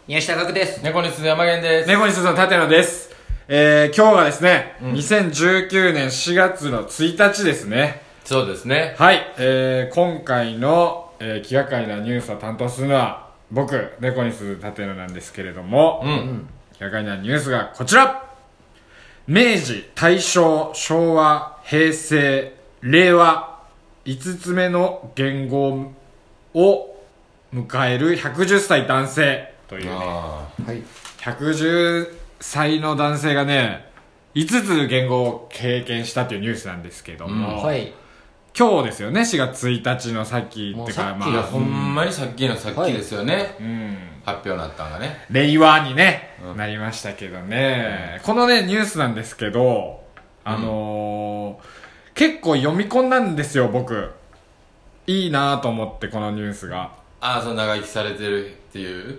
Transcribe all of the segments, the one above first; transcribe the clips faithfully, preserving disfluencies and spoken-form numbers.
宮下岳です。 猫にすず山源です。 猫にすずの立野です。えー、今日がですね、 うん、 にせんじゅうきゅうねんしがつのついたちですね。 そうですね。 はい、えー、今回の、えー、気がかりなニュースを担当するのは僕、猫にすず立野なんですけれども、 うん、 気がかりなニュースがこちら。明治、大正、昭和、平成、令和いつつめの元号を迎えるひゃくじゅっさい男性というね、 あはい。 ひゃくじゅっさいの男性がねいつつ元号を経験したというニュースなんですけども、 うんはい。 今日ですよね。しがつついたちのさっきってか、 いや、 もうさっきだほんまにさっきのさっきですよね、 うん、 発表になったんがね。 令和にね、 うんなりましたけどね、うん、このねニュースなんですけど、あのー、結構読み込んだんですよ僕。いいなと思って、このニュースが。 ああ、その長生きされてるっていう。 うん。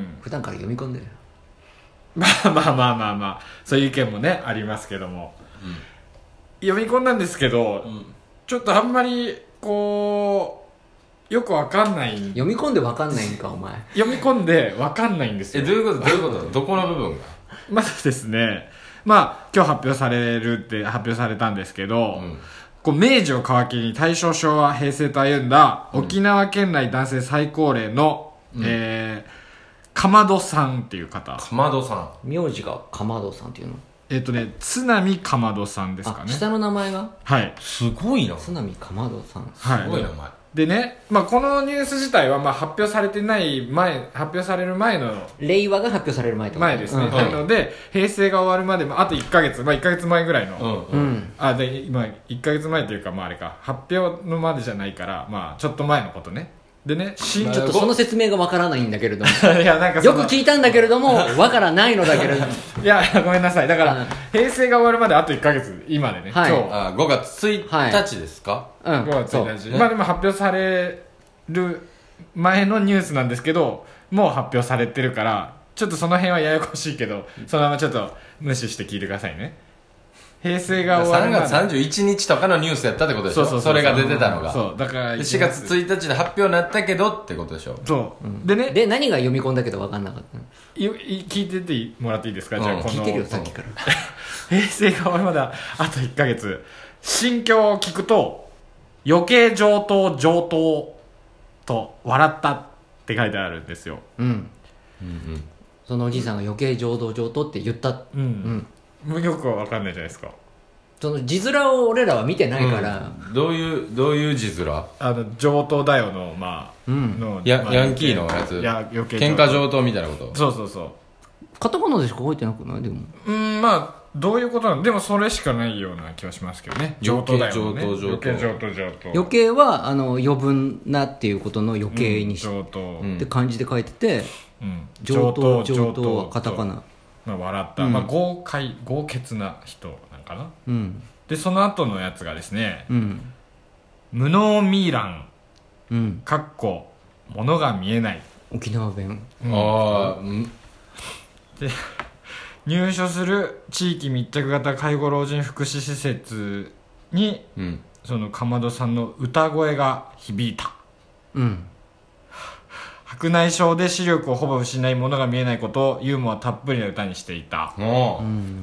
普段から読み込んでる。 まあまあまあまあまあ、そういう意見もねありますけども、うん、読み込んだんですけど、うん、ちょっとあんまりこうよくわかんない。 読み込んでわかんないんかお前。 読み込んでわかんないんですよ。 え、どういうことどういうことどこの部分が。 まずですね、まあ今日発表されるって発表されたんですけど、うん、こう明治を皮切りに大正昭和平成と歩んだ沖縄県内男性最高齢の、うん、えーかまどさんっていう方。 かまどさん。名字がかまどさんっていうの。 えっ、ー、とね、津波かまどさんですかね。 下の名前が。 はい。 すごいな。 津波かまどさん。 はい。 すごい名前。 でね、まあこのニュース自体はまあ発表されてない前、発表される前の。 令和が発表される前ってこと前ですね。 うん、 なので、平成が終わるまで、まあ、あといっかげつ、まあいっかげつまえぐらいの。 うん。うん、あ、 で、今、いっかげつまえというか、まああれか、発表のまでじゃないから、まあちょっと前のことね。でね、 ちょっとその説明がわからないんだけれどもいやなんかよく聞いたんだけれどもわからないのだけれどもいやごめんなさい。だから平成が終わるまであといっかげつ、今でね、 はい、 今日あごがつついたちですか、 はい、うん、 ごがつついたち、まあでも発表される前のニュースなんですけど、もう発表されてるからちょっとその辺はややこしいけど、そのままちょっと無視して聞いてくださいね。平成が終わるまでさんがつさんじゅういちにちとかのニュースやったってことでしょ。そうそうそうそう、それが出てたのが。 そうだからしがつついたちで発表になったけどってことでしょ。 そう、 うん、 でね、 で何が読み込んだけど分かんなかったの。 聞いててもらっていいですか、うん、じゃあこの聞いてるよさっきから平成が終わるまであといっかげつ、心境を聞くと余計上等上等と笑ったって書いてあるんですよ。 うん、うんうん、そのおじいさんが余計上等上等って言った。 うん、うん、よくは分かんないじゃないですか。 その字面を俺らは見てないから、 うん、どういうどういう字面。 あの上等だよのまあ、 うん、のや、 まあ、 ヤンキーのやつ。 や余計喧嘩上等みたいなこと。 そうそうそう。 カタカナでしか書いてなくないでも。 うんまあどういうことなの。でもそれしかないような気はしますけどね。上等だよね。 余計上等余計上等上等。 余計はあの余分なっていうことの余計にし、 うん、上等って漢字で書いてて、 うん、 上等上等はカタカナ。 まあ笑った、うん、まあ豪快豪傑な人なんかな。 うん。でその後のやつがですね、 うん、 無能ミーラン、 うん、 かっこ物が見えない、 沖縄弁、 うん、ああ、うん、 で入所する地域密着型介護老人福祉施設に、うん、そのかまどさんの歌声が響いた。 うん。 白内障で視力をほぼ失い物が見えないことをユーモアたっぷりな歌にしていた。 うん、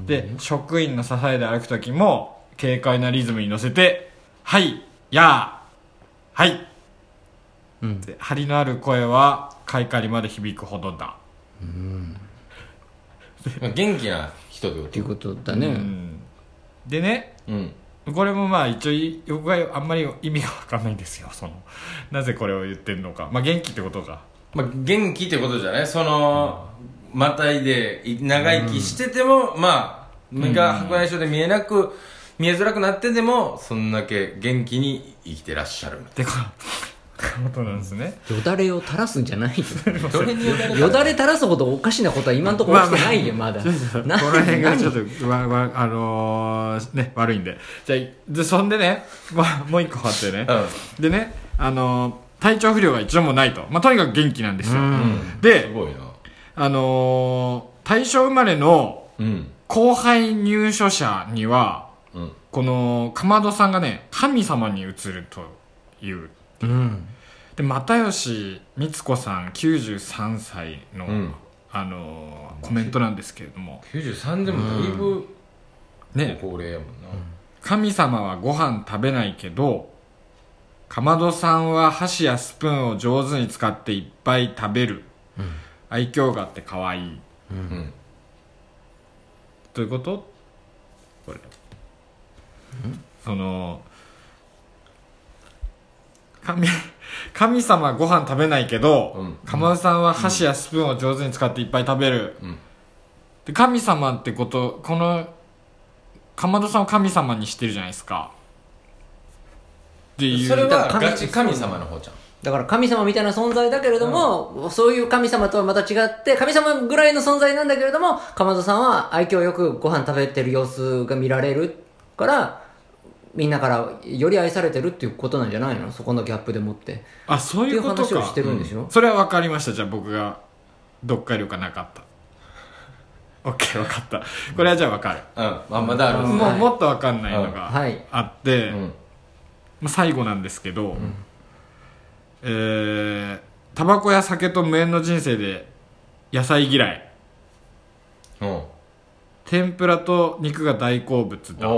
で職員の支えで歩く時も軽快なリズムに乗せてはいやーはい、うん、で張りのある声は快感にまで響くほどだ。うん、 元気な人っていうことだね。うん、 でね、うん、これもまあ一応僕はあんまり意味が分かんないんですよ。そのなぜこれを言ってるのか。まあ元気ってことか。 まあ元気ってことじゃない。その、うん、またいで長生きしてても、うん、まあ目が白内障で見えなく見えづらくなってでもそんだけ元気に生きてらっしゃるってことなんですね。 よだれを垂らすんじゃないよ。どれによだれよだれ垂らすほどおかしなことは今のところ起きてないよ、まあまあ、まだこの辺がちょっとわわあのー、ね悪いんで。じゃあでそんでね、まあ、もう一個あってね、うん、でね、あのー、体調不良が一度もないと、まあ、とにかく元気なんですよ。うん、ですごいな。 あのー、大正生まれの後輩入所者には、うん、このかまどさんがね神様に移るという、うん、で又吉光子さんきゅうじゅうさんさいの、うん、 あのー、コメントなんですけれども、 きゅうじゅうさんでもだいぶね、 高齢やもんな、 神様はご飯食べないけどかまどさんは箸やスプーンを上手に使っていっぱい食べる、うん、愛嬌があって可愛い、うん、どういうこと？これ、うん、その神, 神様はご飯食べないけど、うん、かまどさんは箸やスプーンを上手に使っていっぱい食べる、うん、で神様ってことこのかまどさんを神様にしてるじゃないですかっていう。 それはガチ神様の方じゃん。 だから神様みたいな存在だけれども、うん、そういう神様とはまた違って神様ぐらいの存在なんだけれども、かまどさんは愛嬌よくご飯食べてる様子が見られるからみんなからより愛されてるっていうことなんじゃないの？そこのギャップでもって。 あ、そういうことかっていう話をしてるんでしょ、 うん、それは分かりました。じゃあ僕が読解力がなかった。オッケー、分かった。これはじゃあ分かる。 うん、まあ、まだある、 もうもっと分かんないのがあって、うん、まあ、最後なんですけど、うん、えー、タバコや酒と無縁の人生で野菜嫌い、うん、天ぷらと肉が大好物だ、うん、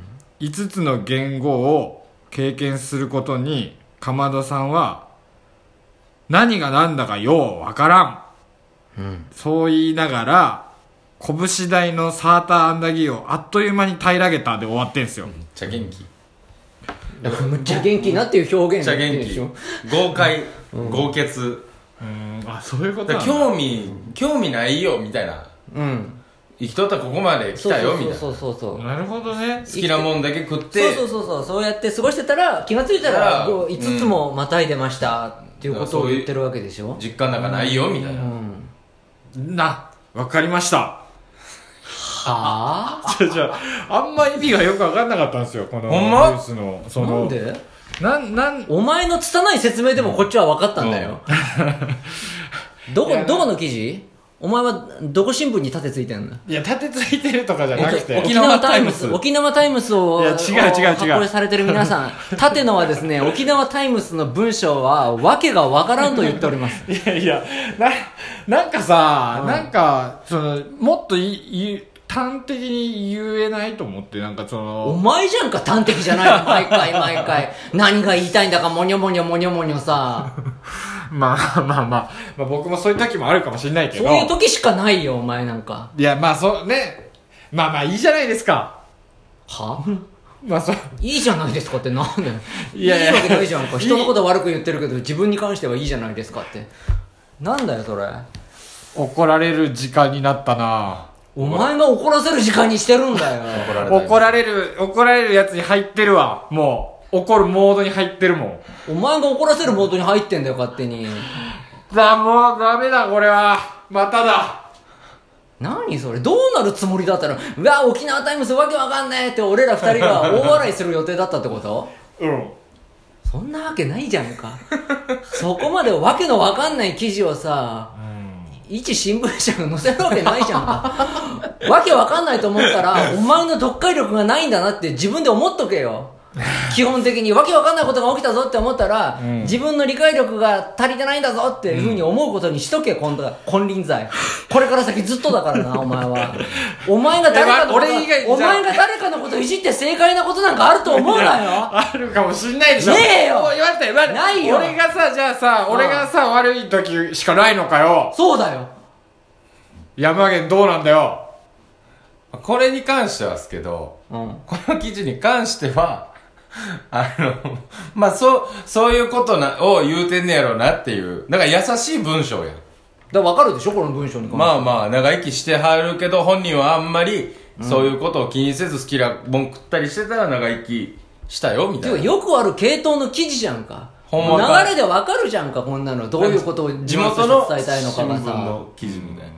いつつの言語を経験することにかまどさんは何が何だかよう分からん、うん、そう言いながら拳大のサーターアンダギーをあっという間に平らげたで終わってんすよ。 めっちゃ元気。 だからめっちゃ元気なっていう表現めっちゃ元気。豪快、うん、豪傑。 うん、あ、そういうことなんだ。 興味、興味ないよみたいな。うん。生きとったらここまで来たよみたいな。 そうそうそうそう。 なるほどね。 好きなもんだけ食って。 そうそうそうそう。そうやって過ごしてたら気がついたらいつつもまたいでましたっていうことを言ってるわけでしょ。 実感なんかないよみたいな。 うん、な、わかりました。 はぁじゃあ、あんま意味がよく分かんなかったんですよ、このニュースの。そのなんでなん、なん、 お前の拙い説明でもこっちは分かったんだよ。うん、どこ、どこの記事？お前はどこ新聞に盾ついてんの？ いや、盾ついてるとかじゃなくて。 沖縄タイムス。沖縄タイムスを、 いや、違う違う違う。発行されてる皆さん、盾のはですね、沖縄タイムスの文章は、わけがわからんと言っております。 いやいや、な、なんかさ、うん、なんか、その、もっといい、端的に言えないと思って、なんかそのお前じゃんか端的じゃないの毎回毎回何が言いたいんだかモニョモニョモニョモニョさまあまあまあ、まあ、僕もそういう時もあるかもしれないけど、 そういう時しかないよお前なんか。 いやまあそうね、まあまあいいじゃないですか。 はまあそういいじゃないですかってなんだよ。いやいやいいわけないじゃんか。人のこと悪く言ってるけど自分に関してはいいじゃないですかってなんだよそれ。 怒られる時間になったな。 お前が怒らせる時間にしてるんだよ。 怒られる、怒られるやつに入ってるわ。もう、怒るモードに入ってるもん。 お前が怒らせるモードに入ってんだよ、勝手に。 だ、もうダメだ、これは。まただ。 何それどうなるつもりだったら、うわ、沖縄タイムスわけわかんねえって俺ら二人が大笑いする予定だったってこと？ うん。 そんなわけないじゃんか。そこまでわけのわかんない記事をさ、一新聞社が載せるわけないじゃんか。わけわかんないと思ったら、お前の読解力がないんだなって自分で思っとけよ。基本的にわけわかんないことが起きたぞって思ったら、うん、自分の理解力が足りてないんだぞっていうふうに思うことにしとけ、今度は金輪際。これから先ずっとだからな、お前は。お前が誰かのこと、お前が誰かのこといじって正解なことなんかあると思うなよ。 あるかもしんないでしょ。 ねえよ。 言われた言われた。 ないよ。 俺がさ、じゃあさ、俺がさ、悪い時しかないのかよ。 そうだよ。 山源どうなんだよ。 これに関してはですけど、うん、この記事に関しては、あの、まあ、そう、そういうことな、を言うてんねやろうなっていう。だから優しい文章やん。だから分かるでしょこの文章に関して。 まあまあ、長生きしてはるけど、本人はあんまり、そういうことを気にせず好きなもん食ったりしてたら長生きしたよ、みたいな。 よくある系統の記事じゃんか。ほんま流れで分かるじゃんか、こんなの。どういうことを地元の伝えたいのかがさ。 新聞の記事みたい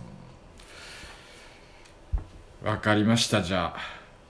な。分かりました、じゃあ。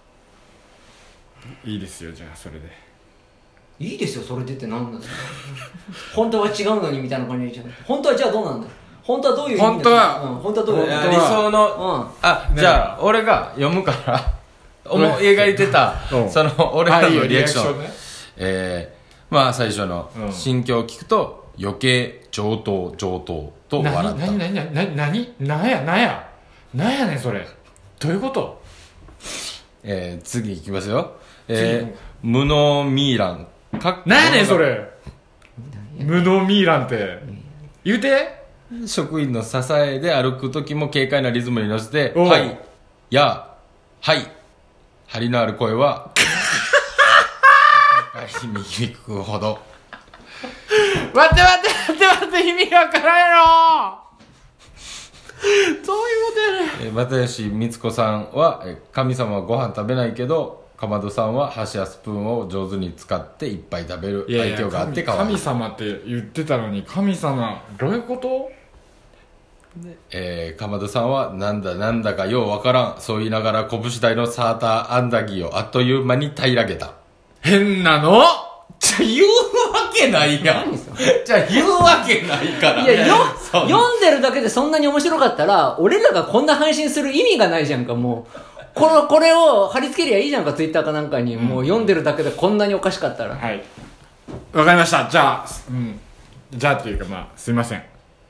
いいですよ、じゃあそれでいいですよそれでって何なんですか本当は違うのにみたいな感じで本当はじゃあどうなんだ本当はどういう意味本当は、 うん、本当はどういう意味理想の、うん、あ、ね、じゃあ俺が読むから思い描いてたその俺らのリアクション、ね、えー、まあ最初の心境を聞くと、 余計上等上等とな笑った。 になになになになになんやなんやなんやねんそれ。どういうこと？ えー、次いきますよ。えー、無能ミーラン。かなんやねんそれ。無能ミーランって言うて。 職員の支えで歩く時も軽快なリズムに乗せて、 おうはいやはい張りのある声は高いに響くほど。 待って待って待って待って意味わからんやろ。どういうことやねん。 えー又吉光子さんは、えー神様はご飯食べないけどかまどさんは箸やスプーンを上手に使っていっぱい食べるいやいや愛嬌があって可愛い。 神様って言ってたのに神様どういうこと？ えー、かまどさんはなんだなんだかようわからんそう言いながら拳大のサーターアンダギーをあっという間に平らげた。 変なの？ じゃ言うわけないやん。じゃあ言うわけないからいやよそう読んでるだけでそんなに面白かったら俺らがこんな配信する意味がないじゃんか。もうこれこれを貼り付けりゃいいじゃんか、ツイッターかなんかに。もう読んでるだけでこんなにおかしかったら。 はいわかりました。じゃあうんじゃあっていうかまあすいません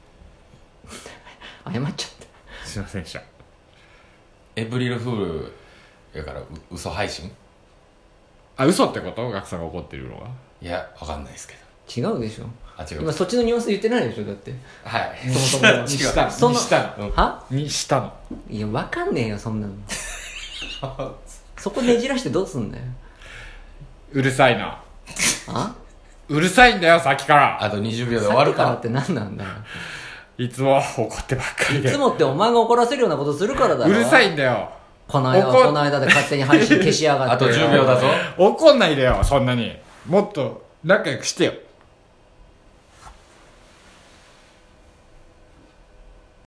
謝っちゃった。 すいませんでした。 エブリルフールやからう嘘配信。 あ嘘ってこと？ガクさんが怒ってるのが。 いやわかんないですけ違うでしょ。 ど。あ違う。 今そっちのニュアンス言ってないでしょ。だってはいそもそもにしたのそのにしたのはにしたのいやわかんねえよそんなのそこねじらしてどうすんだよ。 うるさいな。 あうるさいんだよさっきからあとにじゅうびょうで終わるかさっきからって何なんだよ。 いつも怒ってばっかりでいつもってお前が怒らせるようなことするからだろ。 うるさいんだよ。 この間怒この間で勝手に配信消しやがって。 あとじゅうびょうだぞ。 怒んないでよそんなに。もっと仲良くしてよ。